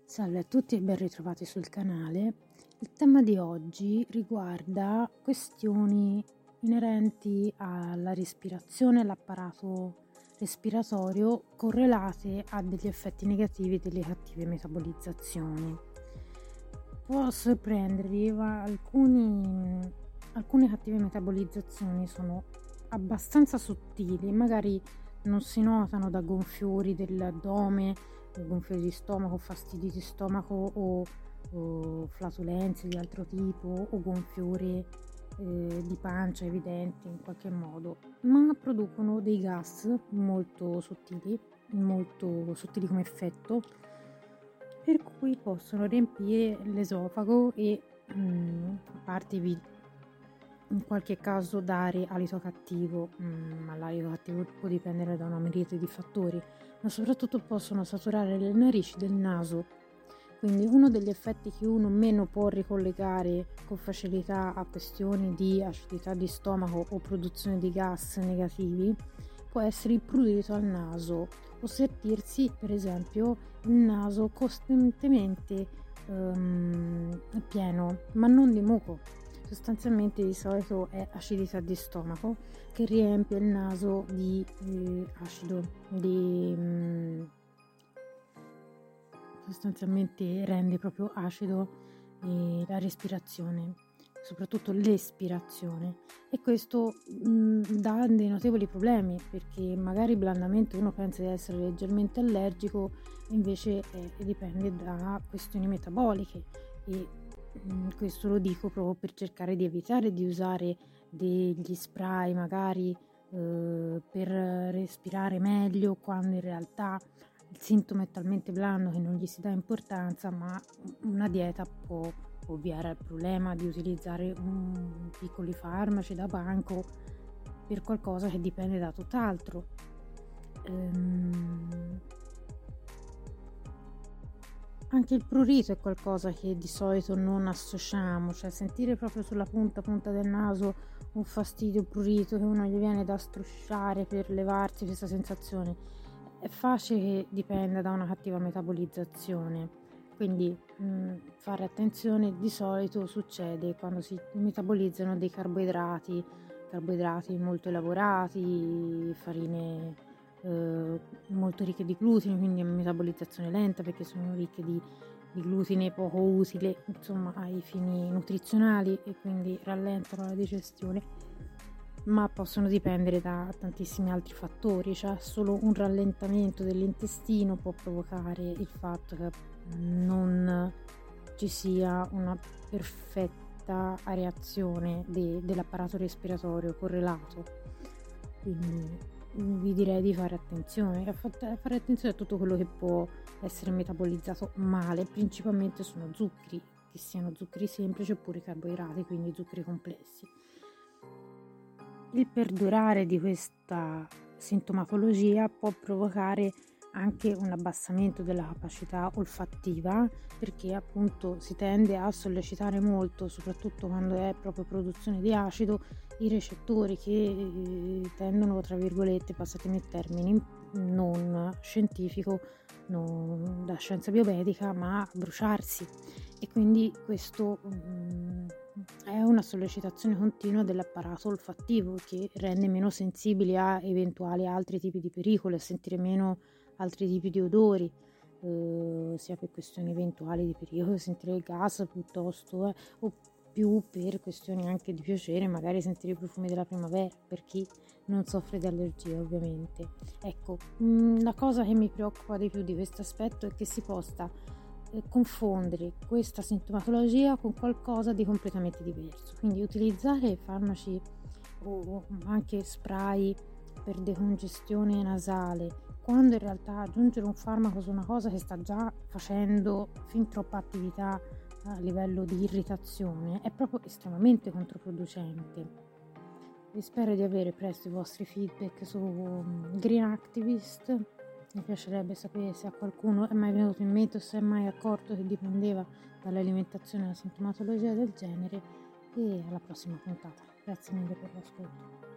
Salve a tutti e ben ritrovati sul canale. Il tema di oggi riguarda questioni inerenti alla respirazione e all'apparato respiratorio correlate a degli effetti negativi delle cattive metabolizzazioni. Può sorprendervi, ma alcune cattive metabolizzazioni sono abbastanza sottili, magari non si notano da gonfiori dell'addome, gonfiori di stomaco, fastidi di stomaco o flatulenze di altro tipo o gonfiori di pancia evidenti in qualche modo, ma producono dei gas molto sottili come effetto, per cui possono riempire l'esofago e a parte in qualche caso dare alito cattivo, ma l'alito cattivo può dipendere da una miriade di fattori, ma soprattutto possono saturare le narici del naso. Quindi uno degli effetti che uno meno può ricollegare con facilità a questioni di acidità di stomaco o produzione di gas negativi può essere il prurito al naso o sentirsi per esempio il naso costantemente pieno, ma non di muco. Sostanzialmente di solito è acidità di stomaco che riempie il naso di acido, sostanzialmente rende proprio acido la respirazione, soprattutto l'espirazione, e questo dà dei notevoli problemi, perché magari blandamente uno pensa di essere leggermente allergico, invece dipende da questioni metaboliche, e questo lo dico proprio per cercare di evitare di usare degli spray magari per respirare meglio, quando in realtà il sintomo è talmente blando che non gli si dà importanza, ma una dieta può ovviare al problema di utilizzare piccoli farmaci da banco per qualcosa che dipende da tutt'altro. Anche il prurito è qualcosa che di solito non associamo, cioè sentire proprio sulla punta del naso un fastidio, prurito, che uno gli viene da strusciare per levarsi questa sensazione, è facile che dipenda da una cattiva metabolizzazione. Quindi fare attenzione. Di solito succede quando si metabolizzano dei carboidrati molto elaborati, farine molto ricche di glutine, quindi a metabolizzazione lenta perché sono ricche di glutine poco utile, insomma, ai fini nutrizionali, e quindi rallentano la digestione, ma possono dipendere da tantissimi altri fattori. Cioè solo un rallentamento dell'intestino può provocare il fatto che non ci sia una perfetta areazione dell'apparato respiratorio correlato. Quindi vi direi di fare attenzione a tutto quello che può essere metabolizzato male. Principalmente sono zuccheri, che siano zuccheri semplici oppure carboidrati, quindi zuccheri complessi. Il perdurare di questa sintomatologia può provocare anche un abbassamento della capacità olfattiva, perché appunto si tende a sollecitare molto, soprattutto quando è proprio produzione di acido, i recettori che tendono, tra virgolette, passatemi il termine non scientifico, non da scienza biomedica, ma a bruciarsi, e quindi questo è una sollecitazione continua dell'apparato olfattivo, che rende meno sensibili a eventuali altri tipi di pericoli, a sentire meno altri tipi di odori, sia per questioni eventuali di pericolo, sentire il gas piuttosto, o più per questioni anche di piacere, magari sentire i profumi della primavera, per chi non soffre di allergia ovviamente. Ecco, la cosa che mi preoccupa di più di questo aspetto è che si possa confondere questa sintomatologia con qualcosa di completamente diverso, quindi utilizzare farmaci o anche spray per decongestione nasale, quando in realtà aggiungere un farmaco su una cosa che sta già facendo fin troppa attività a livello di irritazione è proprio estremamente controproducente. Vi spero di avere presto i vostri feedback su Green Activist. Mi piacerebbe sapere se a qualcuno è mai venuto in mente o se è mai accorto che dipendeva dall'alimentazione una sintomatologia del genere. E alla prossima puntata. Grazie mille per l'ascolto.